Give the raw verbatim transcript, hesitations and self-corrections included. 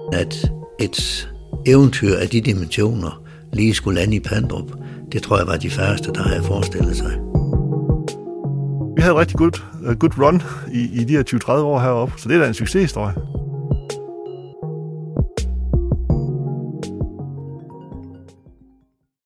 At et eventyr af de dimensioner lige skulle lande i Pandrup, det tror jeg var de færreste, der havde forestillet sig. Vi havde et rigtig godt, uh, good run i, i de her tyve til tredive år heroppe, så det er da en succeshistorie.